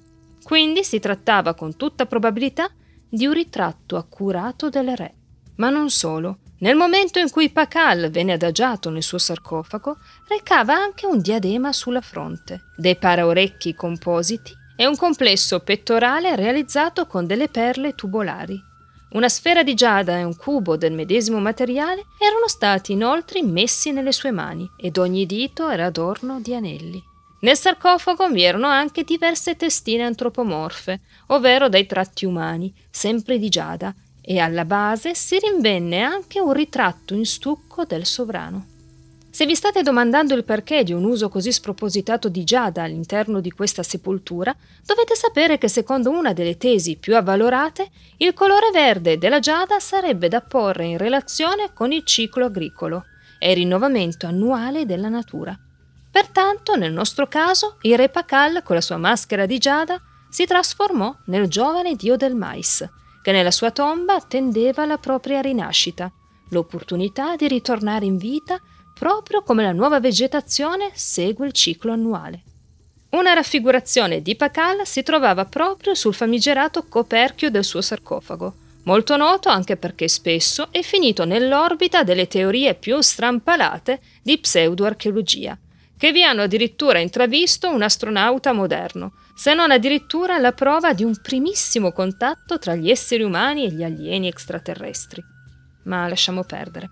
Quindi si trattava con tutta probabilità di un ritratto accurato del re. Ma non solo. Nel momento in cui Pakal venne adagiato nel suo sarcofago, recava anche un diadema sulla fronte, dei paraorecchi compositi e un complesso pettorale realizzato con delle perle tubolari. Una sfera di giada e un cubo del medesimo materiale erano stati inoltre messi nelle sue mani ed ogni dito era adorno di anelli. Nel sarcofago vi erano anche diverse testine antropomorfe, ovvero dai tratti umani, sempre di giada, e alla base si rinvenne anche un ritratto in stucco del sovrano. Se vi state domandando il perché di un uso così spropositato di giada all'interno di questa sepoltura, dovete sapere che secondo una delle tesi più avvalorate, il colore verde della giada sarebbe da porre in relazione con il ciclo agricolo e il rinnovamento annuale della natura. Pertanto, nel nostro caso, il re Pakal, con la sua maschera di giada, si trasformò nel giovane dio del mais, che nella sua tomba attendeva la propria rinascita, l'opportunità di ritornare in vita proprio come la nuova vegetazione segue il ciclo annuale. Una raffigurazione di Pakal si trovava proprio sul famigerato coperchio del suo sarcofago, molto noto anche perché spesso è finito nell'orbita delle teorie più strampalate di pseudoarcheologia, che vi hanno addirittura intravisto un astronauta moderno, se non addirittura la prova di un primissimo contatto tra gli esseri umani e gli alieni extraterrestri. Ma lasciamo perdere.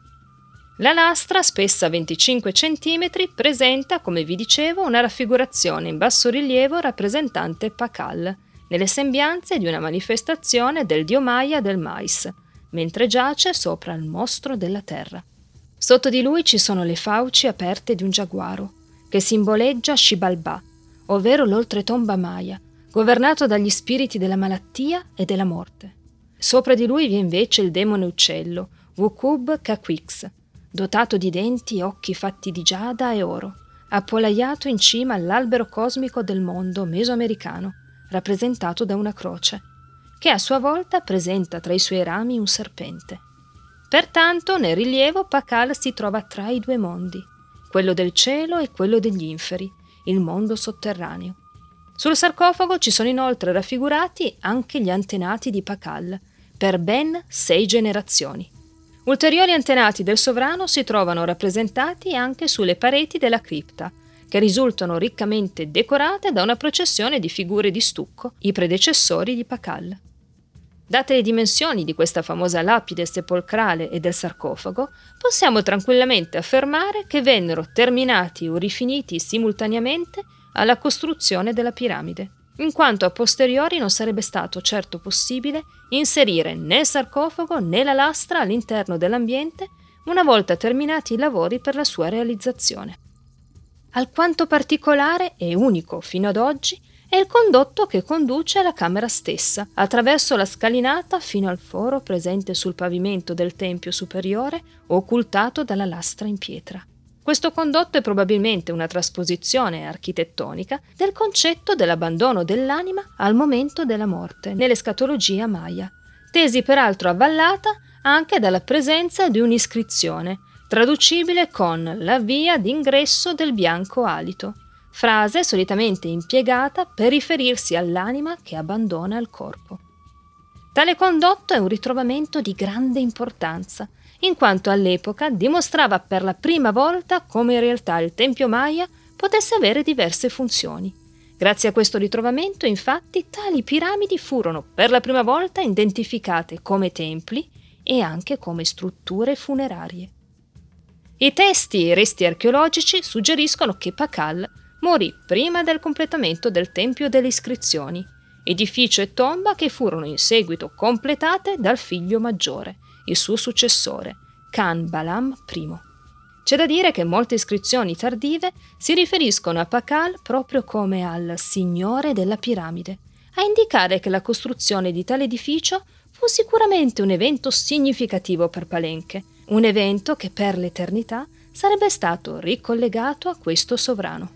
La lastra, spessa 25 cm, presenta, come vi dicevo, una raffigurazione in bassorilievo rappresentante Pakal, nelle sembianze di una manifestazione del dio Maya del mais, mentre giace sopra il mostro della terra. Sotto di lui ci sono le fauci aperte di un giaguaro, che simboleggia Xibalbà, ovvero l'oltretomba maya, governato dagli spiriti della malattia e della morte. Sopra di lui vi è invece il demone uccello, Wukub Caquix, dotato di denti e occhi fatti di giada e oro, appollaiato in cima all'albero cosmico del mondo mesoamericano, rappresentato da una croce, che a sua volta presenta tra i suoi rami un serpente. Pertanto, nel rilievo Pakal si trova tra i due mondi, quello del cielo e quello degli inferi, il mondo sotterraneo. Sul sarcofago ci sono inoltre raffigurati anche gli antenati di Pakal, per ben 6 generazioni. Ulteriori antenati del sovrano si trovano rappresentati anche sulle pareti della cripta, che risultano riccamente decorate da una processione di figure di stucco, i predecessori di Pakal. Date le dimensioni di questa famosa lapide sepolcrale e del sarcofago, possiamo tranquillamente affermare che vennero terminati o rifiniti simultaneamente alla costruzione della piramide, in quanto a posteriori non sarebbe stato certo possibile inserire né il sarcofago né la lastra all'interno dell'ambiente una volta terminati i lavori per la sua realizzazione. Alquanto particolare e unico fino ad oggi è il condotto che conduce alla camera stessa, attraverso la scalinata fino al foro presente sul pavimento del tempio superiore, occultato dalla lastra in pietra. Questo condotto è probabilmente una trasposizione architettonica del concetto dell'abbandono dell'anima al momento della morte nell'escatologia maya, tesi peraltro avvallata anche dalla presenza di un'iscrizione, traducibile con «la via d'ingresso del bianco alito», frase solitamente impiegata per riferirsi all'anima che abbandona il corpo. Tale condotto è un ritrovamento di grande importanza, in quanto all'epoca dimostrava per la prima volta come in realtà il tempio maya potesse avere diverse funzioni. Grazie a questo ritrovamento, infatti, tali piramidi furono per la prima volta identificate come templi e anche come strutture funerarie. I testi e i resti archeologici suggeriscono che Pakal morì prima del completamento del Tempio delle Iscrizioni, edificio e tomba che furono in seguito completate dal figlio maggiore, il suo successore, Khan Balam I. C'è da dire che molte iscrizioni tardive si riferiscono a Pakal proprio come al Signore della Piramide, a indicare che la costruzione di tale edificio fu sicuramente un evento significativo per Palenque, un evento che per l'eternità sarebbe stato ricollegato a questo sovrano.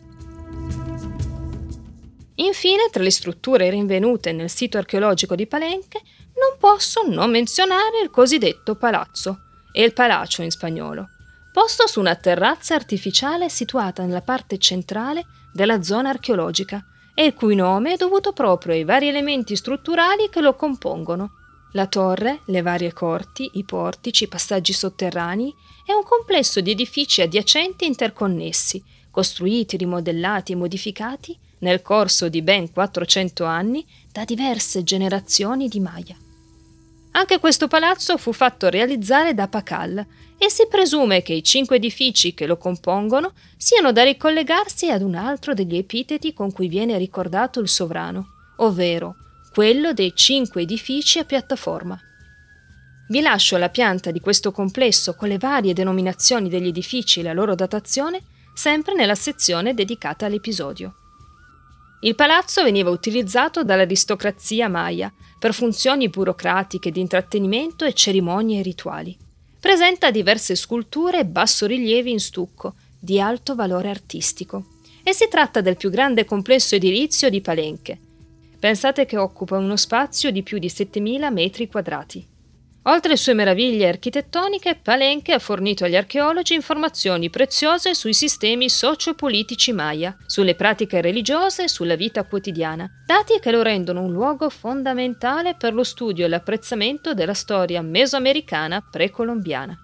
Infine, tra le strutture rinvenute nel sito archeologico di Palenque, non posso non menzionare il cosiddetto palazzo, el palacio in spagnolo, posto su una terrazza artificiale situata nella parte centrale della zona archeologica e il cui nome è dovuto proprio ai vari elementi strutturali che lo compongono. La torre, le varie corti, i portici, i passaggi sotterranei è un complesso di edifici adiacenti interconnessi, costruiti, rimodellati e modificati nel corso di ben 400 anni da diverse generazioni di Maya. Anche questo palazzo fu fatto realizzare da Pakal e si presume che i 5 edifici che lo compongono siano da ricollegarsi ad un altro degli epiteti con cui viene ricordato il sovrano, ovvero quello dei 5 edifici a piattaforma. Vi lascio la pianta di questo complesso con le varie denominazioni degli edifici e la loro datazione sempre nella sezione dedicata all'episodio. Il palazzo veniva utilizzato dall'aristocrazia maya per funzioni burocratiche di intrattenimento e cerimonie rituali. Presenta diverse sculture e bassorilievi in stucco di alto valore artistico e si tratta del più grande complesso edilizio di Palenque. Pensate che occupa uno spazio di più di 7.000 metri quadrati. Oltre alle sue meraviglie architettoniche, Palenque ha fornito agli archeologi informazioni preziose sui sistemi socio-politici maya, sulle pratiche religiose e sulla vita quotidiana, dati che lo rendono un luogo fondamentale per lo studio e l'apprezzamento della storia mesoamericana precolombiana.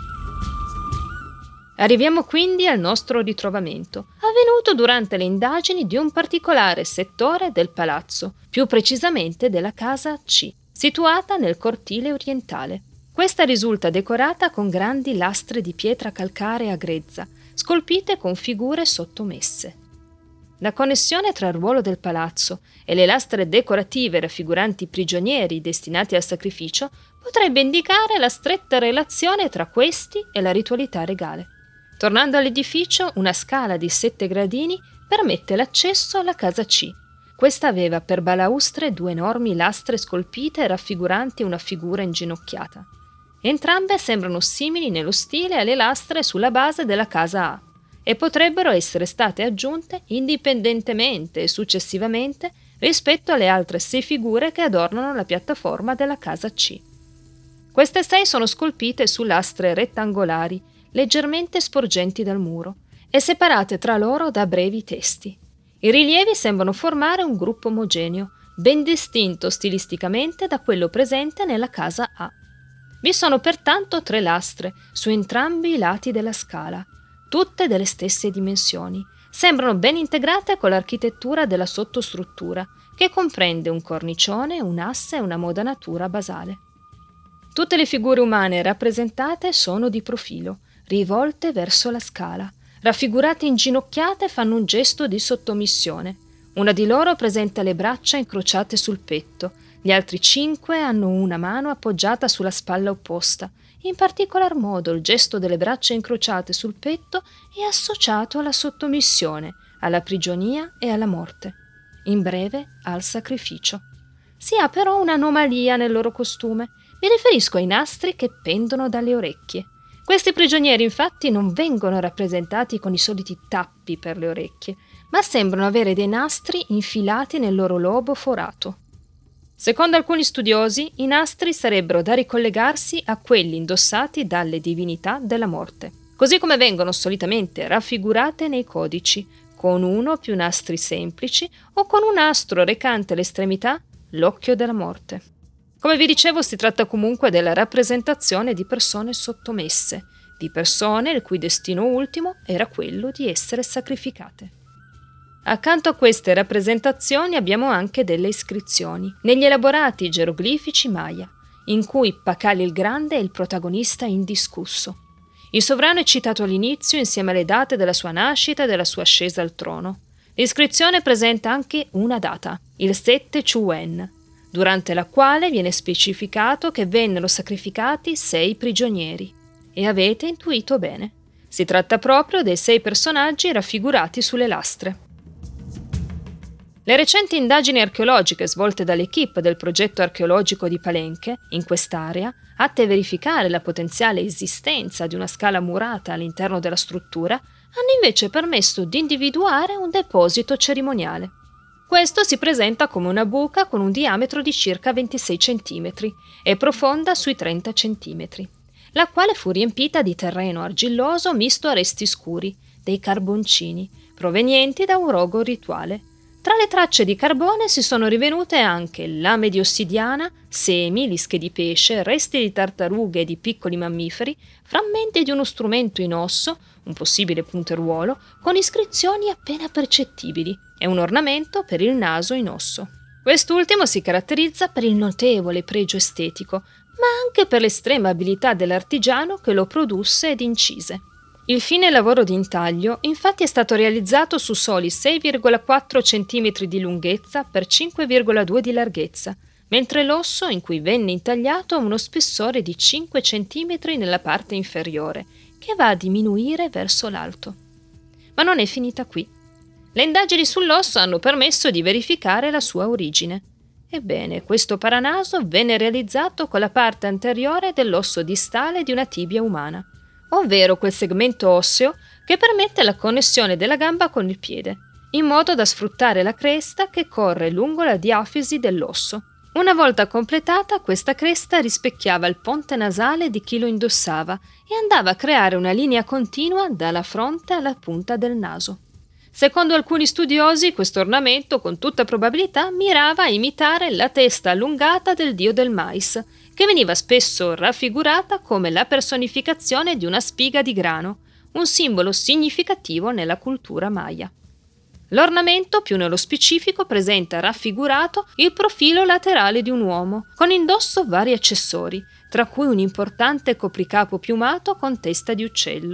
Arriviamo quindi al nostro ritrovamento, avvenuto durante le indagini di un particolare settore del palazzo, più precisamente della casa C, situata nel cortile orientale. Questa risulta decorata con grandi lastre di pietra calcarea grezza, scolpite con figure sottomesse. La connessione tra il ruolo del palazzo e le lastre decorative raffiguranti i prigionieri destinati al sacrificio potrebbe indicare la stretta relazione tra questi e la ritualità regale. Tornando all'edificio, una scala di 7 gradini permette l'accesso alla casa C. Questa aveva per balaustre 2 enormi lastre scolpite raffiguranti una figura inginocchiata. Entrambe sembrano simili nello stile alle lastre sulla base della casa A e potrebbero essere state aggiunte indipendentemente e successivamente rispetto alle altre 6 figure che adornano la piattaforma della casa C. Queste 6 sono scolpite su lastre rettangolari, leggermente sporgenti dal muro, e separate tra loro da brevi testi. I rilievi sembrano formare un gruppo omogeneo, ben distinto stilisticamente da quello presente nella casa A. Vi sono pertanto 3 lastre su entrambi i lati della scala, tutte delle stesse dimensioni. Sembrano ben integrate con l'architettura della sottostruttura, che comprende un cornicione, un asse e una modanatura basale. Tutte le figure umane rappresentate sono di profilo, rivolte verso la scala. Raffigurate inginocchiate fanno un gesto di sottomissione. Una di loro presenta le braccia incrociate sul petto, gli altri 5 hanno una mano appoggiata sulla spalla opposta. In particolar modo il gesto delle braccia incrociate sul petto è associato alla sottomissione, alla prigionia e alla morte. In breve, al sacrificio. Si ha però un'anomalia nel loro costume. Mi riferisco ai nastri che pendono dalle orecchie. Questi prigionieri infatti non vengono rappresentati con i soliti tappi per le orecchie, ma sembrano avere dei nastri infilati nel loro lobo forato. Secondo alcuni studiosi, i nastri sarebbero da ricollegarsi a quelli indossati dalle divinità della morte, così come vengono solitamente raffigurate nei codici, con 1 o più nastri semplici o con un nastro recante all'estremità l'occhio della morte. Come vi dicevo, si tratta comunque della rappresentazione di persone sottomesse, di persone il cui destino ultimo era quello di essere sacrificate. Accanto a queste rappresentazioni abbiamo anche delle iscrizioni, negli elaborati geroglifici Maya, in cui Pakal il Grande è il protagonista indiscusso. Il sovrano è citato all'inizio insieme alle date della sua nascita e della sua ascesa al trono. L'iscrizione presenta anche una data, il 7 Chuen, durante la quale viene specificato che vennero sacrificati 6 prigionieri. E avete intuito bene, si tratta proprio dei 6 personaggi raffigurati sulle lastre. Le recenti indagini archeologiche svolte dall'equipe del progetto archeologico di Palenque, in quest'area, atte a verificare la potenziale esistenza di una scala murata all'interno della struttura, hanno invece permesso di individuare un deposito cerimoniale. Questo si presenta come una buca con un diametro di circa 26 cm e profonda sui 30 cm, la quale fu riempita di terreno argilloso misto a resti scuri, dei carboncini, provenienti da un rogo rituale. Tra le tracce di carbone si sono rivenute anche lame di ossidiana, semi, lische di pesce, resti di tartarughe e di piccoli mammiferi, frammenti di uno strumento in osso, un possibile punteruolo, con iscrizioni appena percettibili e un ornamento per il naso in osso. Quest'ultimo si caratterizza per il notevole pregio estetico, ma anche per l'estrema abilità dell'artigiano che lo produsse ed incise. Il fine lavoro di intaglio infatti è stato realizzato su soli 6,4 cm di lunghezza per 5,2 di larghezza, mentre l'osso in cui venne intagliato ha uno spessore di 5 cm nella parte inferiore, che va a diminuire verso l'alto. Ma non è finita qui. Le indagini sull'osso hanno permesso di verificare la sua origine. Ebbene, questo paranaso venne realizzato con la parte anteriore dell'osso distale di una tibia umana, ovvero quel segmento osseo che permette la connessione della gamba con il piede, in modo da sfruttare la cresta che corre lungo la diafisi dell'osso. Una volta completata, questa cresta rispecchiava il ponte nasale di chi lo indossava e andava a creare una linea continua dalla fronte alla punta del naso. Secondo alcuni studiosi, questo ornamento con tutta probabilità mirava a imitare la testa allungata del dio del mais, che veniva spesso raffigurata come la personificazione di una spiga di grano, un simbolo significativo nella cultura maya. L'ornamento, più nello specifico, presenta raffigurato il profilo laterale di un uomo, con indosso vari accessori, tra cui un importante copricapo piumato con testa di uccello,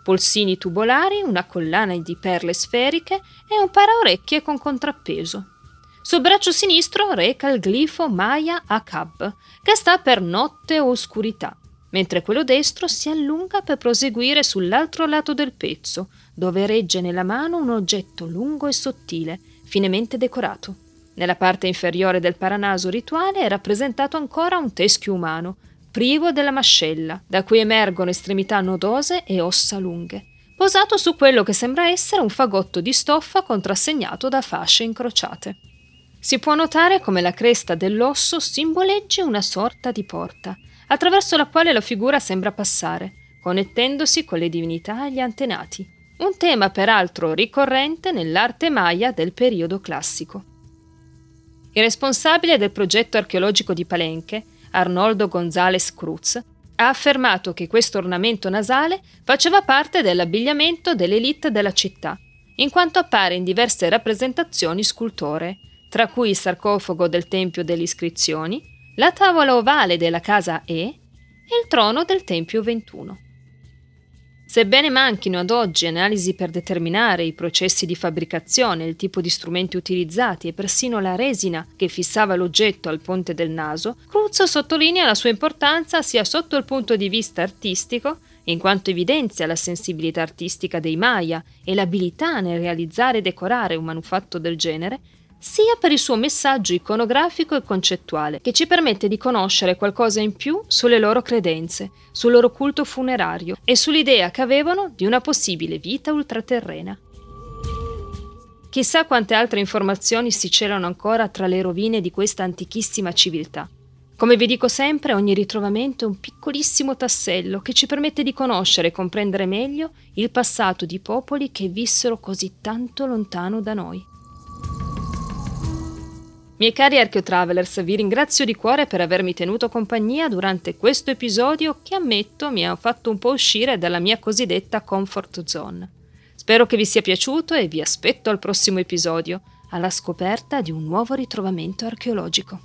polsini tubolari, una collana di perle sferiche e un paraorecchie con contrappeso. Sul braccio sinistro reca il glifo Maya Akab, che sta per notte o oscurità, mentre quello destro si allunga per proseguire sull'altro lato del pezzo, dove regge nella mano un oggetto lungo e sottile, finemente decorato. Nella parte inferiore del paranaso rituale è rappresentato ancora un teschio umano, privo della mascella, da cui emergono estremità nodose e ossa lunghe, posato su quello che sembra essere un fagotto di stoffa contrassegnato da fasce incrociate. Si può notare come la cresta dell'osso simboleggi una sorta di porta, attraverso la quale la figura sembra passare, connettendosi con le divinità e gli antenati, un tema peraltro ricorrente nell'arte maya del periodo classico. Il responsabile del progetto archeologico di Palenque, Arnoldo González Cruz, ha affermato che questo ornamento nasale faceva parte dell'abbigliamento dell'élite della città, in quanto appare in diverse rappresentazioni scultoree, tra cui il sarcofago del Tempio delle Iscrizioni, la tavola ovale della casa E e il trono del Tempio 21. Sebbene manchino ad oggi analisi per determinare i processi di fabbricazione, il tipo di strumenti utilizzati e persino la resina che fissava l'oggetto al ponte del naso, Cruz sottolinea la sua importanza sia sotto il punto di vista artistico, in quanto evidenzia la sensibilità artistica dei Maya e l'abilità nel realizzare e decorare un manufatto del genere, sia per il suo messaggio iconografico e concettuale, che ci permette di conoscere qualcosa in più sulle loro credenze, sul loro culto funerario e sull'idea che avevano di una possibile vita ultraterrena. Chissà quante altre informazioni si celano ancora tra le rovine di questa antichissima civiltà. Come vi dico sempre, ogni ritrovamento è un piccolissimo tassello che ci permette di conoscere e comprendere meglio il passato di popoli che vissero così tanto lontano da noi. Miei cari Archeotravelers, vi ringrazio di cuore per avermi tenuto compagnia durante questo episodio che, ammetto, mi ha fatto un po' uscire dalla mia cosiddetta comfort zone. Spero che vi sia piaciuto e vi aspetto al prossimo episodio, alla scoperta di un nuovo ritrovamento archeologico.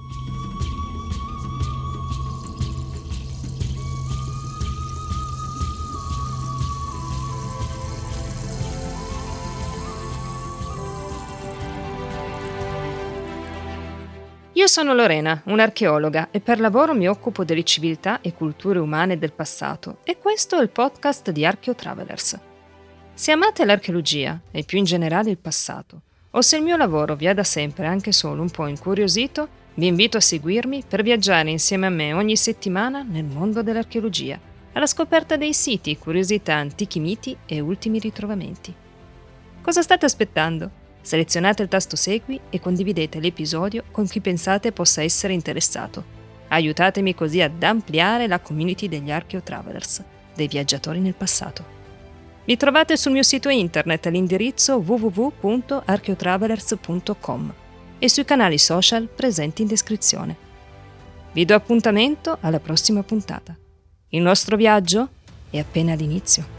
Io sono Lorena, un'archeologa, e per lavoro mi occupo delle civiltà e culture umane del passato, e questo è il podcast di Archeotravelers. Se amate l'archeologia e più in generale il passato, o se il mio lavoro vi ha da sempre anche solo un po' incuriosito, vi invito a seguirmi per viaggiare insieme a me ogni settimana nel mondo dell'archeologia, alla scoperta dei siti, curiosità, antichi miti e ultimi ritrovamenti. Cosa state aspettando? Selezionate il tasto Segui e condividete l'episodio con chi pensate possa essere interessato. Aiutatemi così ad ampliare la community degli Archeotravelers, dei viaggiatori nel passato. Vi trovate sul mio sito internet all'indirizzo www.archeotravelers.com e sui canali social presenti in descrizione. Vi do appuntamento alla prossima puntata. Il nostro viaggio è appena all'inizio.